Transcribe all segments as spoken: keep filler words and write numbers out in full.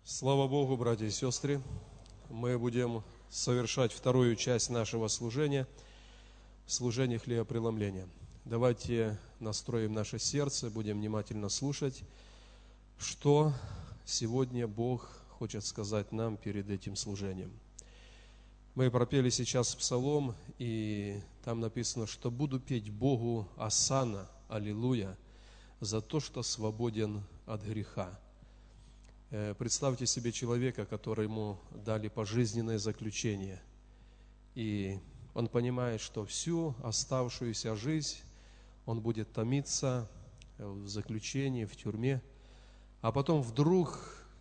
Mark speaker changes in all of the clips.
Speaker 1: Слава Богу, братья и сестры! Мы будем совершать вторую часть нашего служения, служение хлебопреломления. Давайте настроим наше сердце, будем внимательно слушать, что сегодня Бог хочет сказать нам перед этим служением. Мы пропели сейчас псалом, и там написано, что буду петь Богу осанна, аллилуйя, за то, что свободен от греха. Представьте себе человека, которому дали пожизненное заключение, и он понимает, что всю оставшуюся жизнь он будет томиться в заключении, в тюрьме, а потом вдруг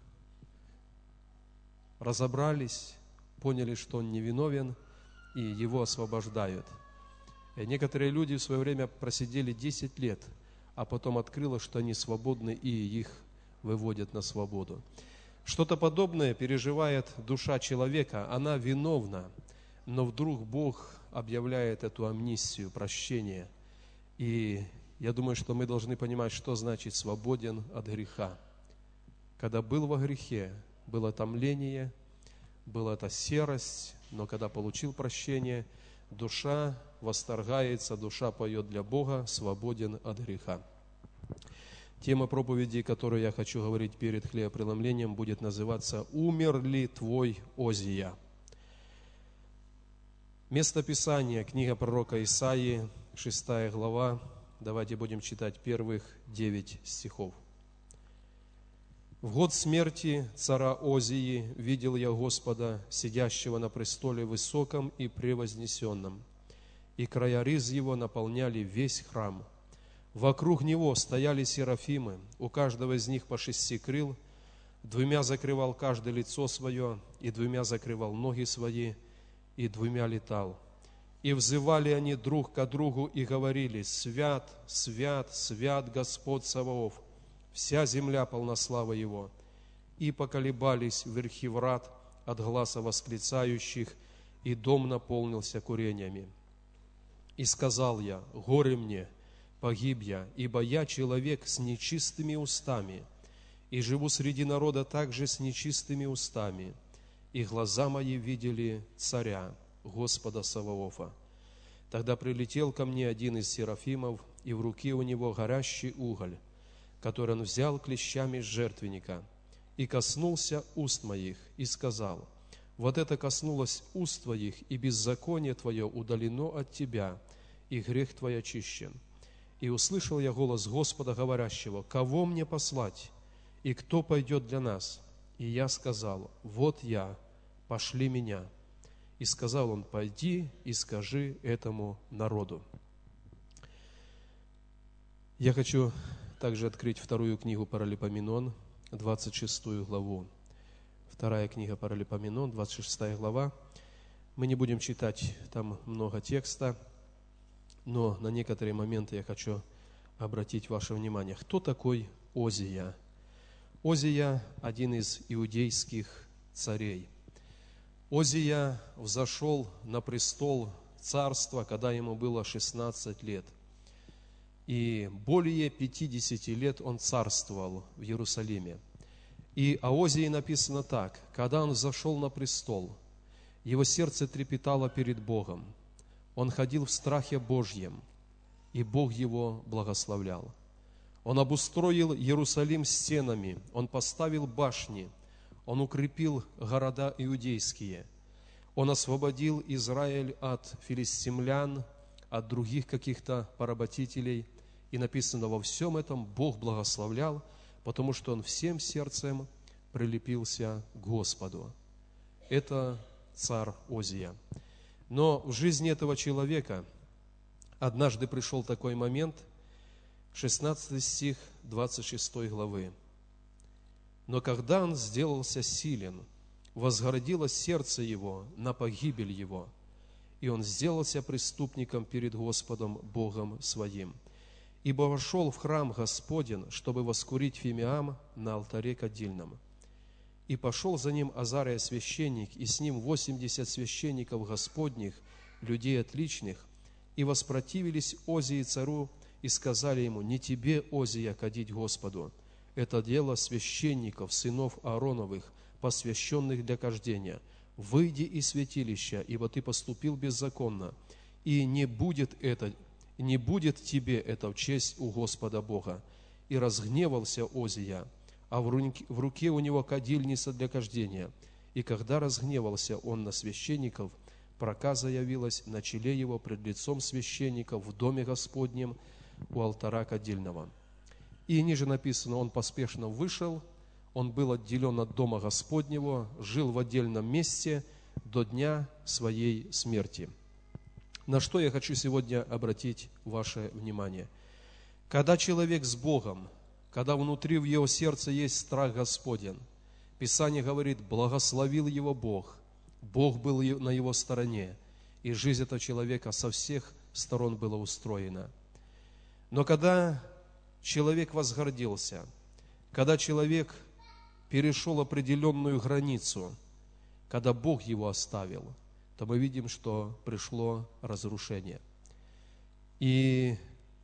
Speaker 1: разобрались, поняли, что он невиновен, и его освобождают. И некоторые люди в свое время просидели десять лет, а потом открылось, что они свободны, и их выводят на свободу. Что-то подобное переживает душа человека, она виновна, но вдруг Бог объявляет эту амнистию, прощение. И я думаю, что мы должны понимать, что значит свободен от греха. Когда был во грехе, было томление, была эта серость, но когда получил прощение, душа восторгается, душа поет для Бога, свободен от греха. Тема проповеди, которую я хочу говорить перед хлебопреломлением, будет называться «Умер ли твой Озия?». Место Писания, книга пророка Исаии, шестая глава. Давайте будем читать первых девять стихов. «В год смерти цара Озии видел я Господа, сидящего на престоле высоком и превознесенном, и края ризы его наполняли весь храм. Вокруг него стояли серафимы, у каждого из них по шести крыл, двумя закрывал каждое лицо свое, и двумя закрывал ноги свои, и двумя летал. И взывали они друг ко другу и говорили: свят, свят, свят Господь Саваоф, вся земля полна славы Его. И поколебались верхи врат от гласа восклицающих, и дом наполнился курениями. И сказал я: горе мне, погиб я, ибо я человек с нечистыми устами, и живу среди народа также с нечистыми устами, и глаза мои видели царя, Господа Саваофа. Тогда прилетел ко мне один из серафимов, и в руке у него горящий уголь, который он взял клещами с жертвенника, и коснулся уст моих, и сказал: вот это коснулось уст твоих, и беззаконие твое удалено от тебя, и грех твой очищен. И услышал я голос Господа, говорящего: кого мне послать, и кто пойдет для нас? И я сказал: вот я, пошли меня. И сказал он: пойди и скажи этому народу». Я хочу также открыть вторую книгу Паралипоменон, двадцать шестую главу. Вторая книга Паралипоменон, двадцать шестая глава. Мы не будем читать там много текста, но на некоторые моменты я хочу обратить ваше внимание. Кто такой Озия? Озия – один из иудейских царей. Озия взошел на престол царства, когда ему было шестнадцать лет. И более пятидесяти лет он царствовал в Иерусалиме. И о Озии написано так: когда он взошел на престол, его сердце трепетало перед Богом. Он ходил в страхе Божьем, и Бог его благословлял. Он обустроил Иерусалим стенами, он поставил башни, он укрепил города иудейские. Он освободил Израиль от филистимлян, от других каких-то поработителей. И написано, во всем этом Бог благословлял, потому что он всем сердцем прилепился к Господу. Это царь Озия. Но в жизни этого человека однажды пришел такой момент, шестнадцатый стих двадцать шестой главы. «Но когда он сделался силен, возгордило сердце его на погибель его, и он сделался преступником перед Господом Богом своим. Ибо вошел в храм Господен, чтобы воскурить фимиам на алтаре кадильном. И пошел за ним Азария священник, и с ним восемьдесят священников Господних, людей отличных, и воспротивились Озии цару, и сказали ему: не тебе, Озия, кадить Господу, это дело священников, сынов Аароновых, посвященных для кождения. Выйди из святилища, ибо ты поступил беззаконно, и не будет это, не будет тебе это в честь у Господа Бога. И разгневался Озия, а в руке, в руке у него кадильница для кождения. И когда разгневался он на священников, проказа явилась на челе его пред лицом священников в доме Господнем у алтаря кадильного. И ниже написано, он поспешно вышел, он был отделен от дома Господнего, жил в отдельном месте до дня своей смерти. На что я хочу сегодня обратить ваше внимание? Когда человек с Богом, когда внутри в его сердце есть страх Господен, Писание говорит, благословил его Бог, Бог был на его стороне, и жизнь этого человека со всех сторон была устроена. Но когда человек возгордился, когда человек перешел определенную границу, когда Бог его оставил, то мы видим, что пришло разрушение. И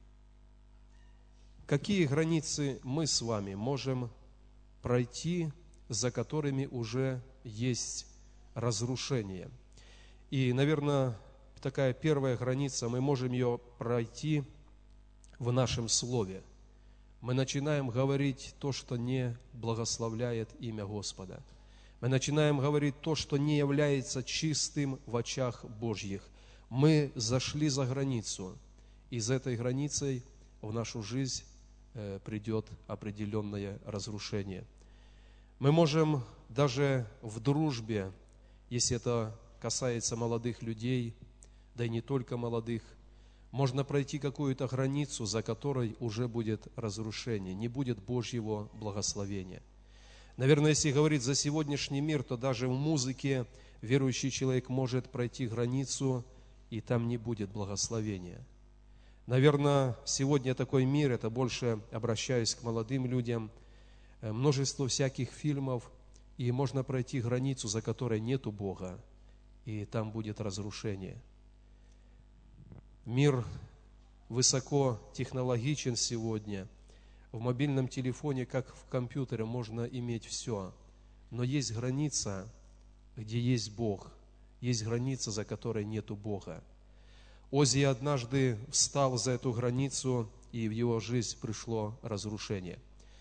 Speaker 1: какие границы мы с вами можем пройти, за которыми уже есть разрушение? И, наверное, такая первая граница, мы можем ее пройти в нашем слове. Мы начинаем говорить то, что не благословляет имя Господа. Мы начинаем говорить то, что не является чистым в очах Божьих. Мы зашли за границу, и за этой границей в нашу жизнь придет определенное разрушение. Мы можем даже в дружбе, если это касается молодых людей, да и не только молодых, можно пройти какую-то границу, за которой уже будет разрушение, не будет Божьего благословения. Наверное, если говорить за сегодняшний мир, то даже в музыке верующий человек может пройти границу, и там не будет благословения. Наверное, сегодня такой мир, это больше обращаюсь к молодым людям, множество всяких фильмов, и можно пройти границу, за которой нету Бога, и там будет разрушение. Мир высоко технологичен сегодня. В мобильном телефоне, как в компьютере, можно иметь все. Но есть граница, где есть Бог. Есть граница, за которой нету Бога. Озия однажды встал за эту границу, и в его жизнь пришло разрушение.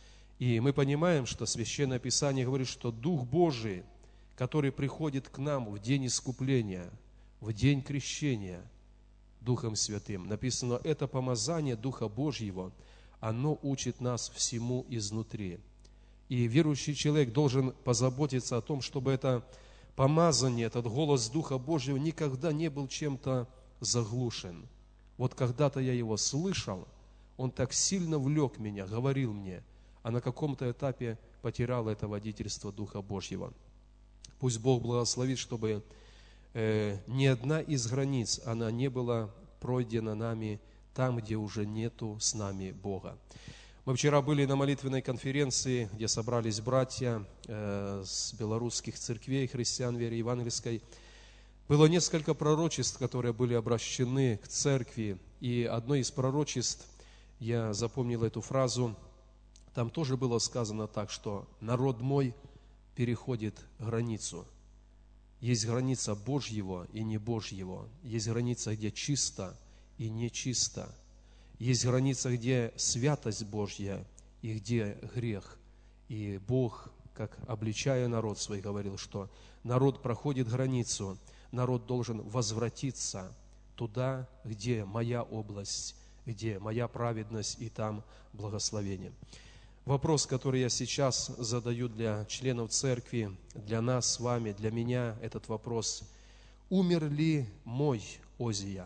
Speaker 1: И мы понимаем, что Священное Писание говорит, что Дух Божий, который приходит к нам в день искупления, в день крещения Духом Святым, написано, это помазание Духа Божьего, оно учит нас всему изнутри. И верующий человек должен позаботиться о том, чтобы это помазание, этот голос Духа Божьего никогда не был чем-то заглушен. Вот когда-то я его слышал, он так сильно влек меня, говорил мне, а на каком-то этапе потерял это водительство Духа Божьего. Пусть Бог благословит, чтобы э, ни одна из границ, она не была пройдена нами там, где уже нету с нами Бога. Мы вчера были на молитвенной конференции, где собрались братья э, с белорусских церквей, христиан веры евангельской. Было несколько пророчеств, которые были обращены к церкви. И одно из пророчеств, я запомнил эту фразу, там тоже было сказано так, что народ мой переходит границу. Есть граница Божьего и не Божьего. Есть граница, где чисто и нечисто. Есть граница, где святость Божья и где грех. И Бог, как обличая народ свой, говорил, что народ проходит границу, народ должен возвратиться туда, где моя область, где моя праведность и там благословение. Вопрос, который я сейчас задаю для членов церкви, для нас с вами, для меня, этот вопрос: умер ли мой Озия?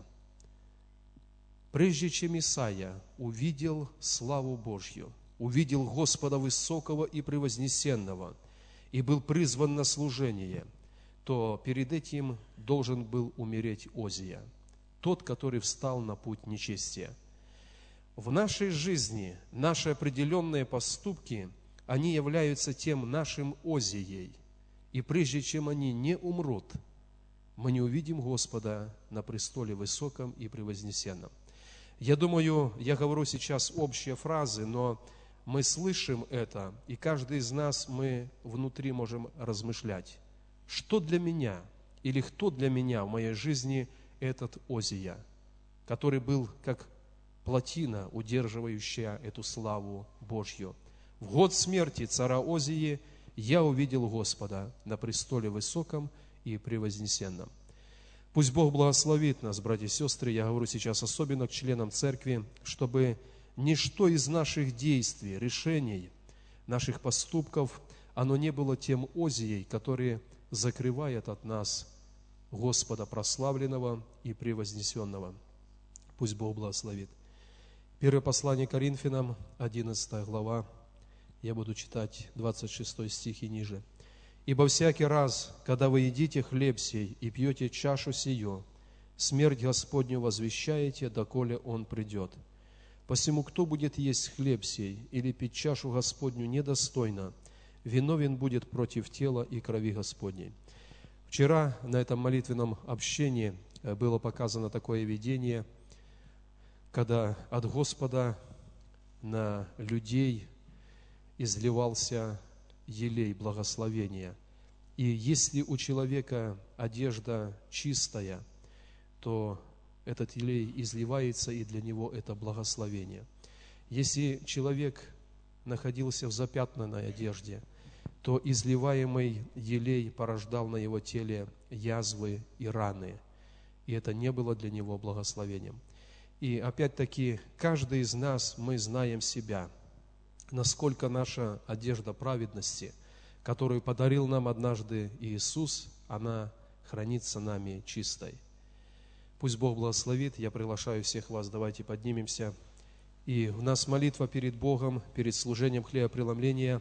Speaker 1: Прежде чем Исаия увидел славу Божью, увидел Господа Высокого и Превознесенного и был призван на служение, то перед этим должен был умереть Озия, тот, который встал на путь нечестия. В нашей жизни наши определенные поступки, они являются тем нашим Озией. И прежде чем они не умрут, мы не увидим Господа на престоле высоком и превознесенном. Я думаю, я говорю сейчас общие фразы, но мы слышим это, и каждый из нас, мы внутри можем размышлять, что для меня или кто для меня в моей жизни этот Озия, который был как плотина, удерживающая эту славу Божью. В год смерти царя Озии я увидел Господа на престоле высоком и превознесенном. Пусть Бог благословит нас, братья и сестры, я говорю сейчас особенно к членам церкви, чтобы ничто из наших действий, решений, наших поступков, оно не было тем Озией, который закрывает от нас Господа прославленного и превознесенного. Пусть Бог благословит. Первое послание Коринфянам, одиннадцатая глава, я буду читать двадцать шестой стих и ниже. «Ибо всякий раз, когда вы едите хлеб сей и пьете чашу сию, смерть Господню возвещаете, доколе Он придет. Посему, кто будет есть хлеб сей или пить чашу Господню недостойно, виновен будет против тела и крови Господней». Вчера на этом молитвенном общении было показано такое видение, когда от Господа на людей изливался елей благословения. И если у человека одежда чистая, то этот елей изливается, и для него это благословение. Если человек находился в запятнанной одежде, то изливаемый елей порождал на его теле язвы и раны, и это не было для него благословением. И опять-таки, каждый из нас, мы знаем себя, насколько наша одежда праведности, которую подарил нам однажды Иисус, она хранится нами чистой. Пусть Бог благословит. Я приглашаю всех вас, давайте поднимемся. И у нас молитва перед Богом, перед служением хлебопреломления.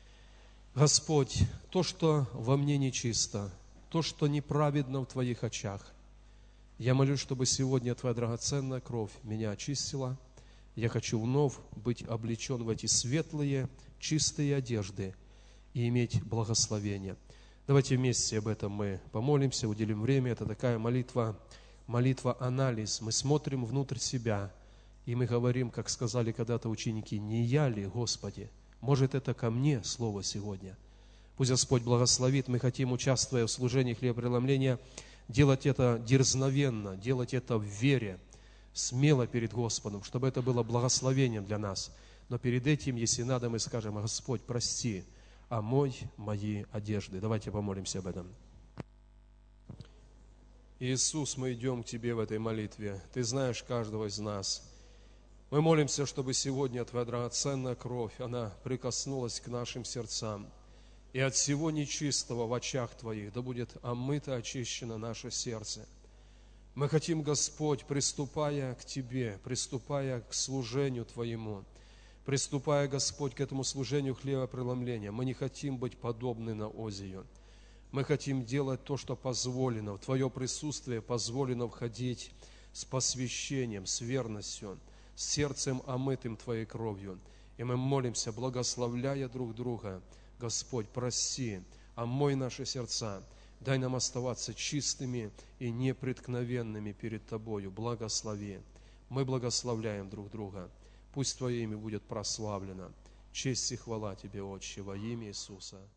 Speaker 1: Господь, то, что во мне нечисто, то, что неправедно в Твоих очах, я молюсь, чтобы сегодня Твоя драгоценная кровь меня очистила. Я хочу вновь быть облечен в эти светлые, чистые одежды и иметь благословение. Давайте вместе об этом мы помолимся, уделим время. Это такая молитва, молитва-анализ. Мы смотрим внутрь себя, и мы говорим, как сказали когда-то ученики, «Не я ли, Господи? Может, это ко мне слово сегодня?» Пусть Господь благословит. Мы хотим, участвуя в служении хлебопреломления, делать это дерзновенно, делать это в вере, смело перед Господом, чтобы это было благословением для нас. Но перед этим, если надо, мы скажем: Господь, прости, омой мои одежды. Давайте помолимся об этом. Иисус, мы идем к Тебе в этой молитве. Ты знаешь каждого из нас. Мы молимся, чтобы сегодня Твоя драгоценная кровь, она прикоснулась к нашим сердцам. И от всего нечистого в очах Твоих да будет омыто, очищено наше сердце. Мы хотим, Господь, приступая к Тебе, приступая к служению Твоему, приступая, Господь, к этому служению хлебопреломления, мы не хотим быть подобны на Озию. Мы хотим делать то, что позволено. В Твое присутствие позволено входить с посвящением, с верностью, с сердцем, омытым Твоей кровью. И мы молимся, благословляя друг друга: Господь, прости, омой наши сердца, дай нам оставаться чистыми и непреткновенными перед Тобою. Благослови. Мы благословляем друг друга. Пусть Твое имя будет прославлено. Честь и хвала Тебе, Отче, во имя Иисуса.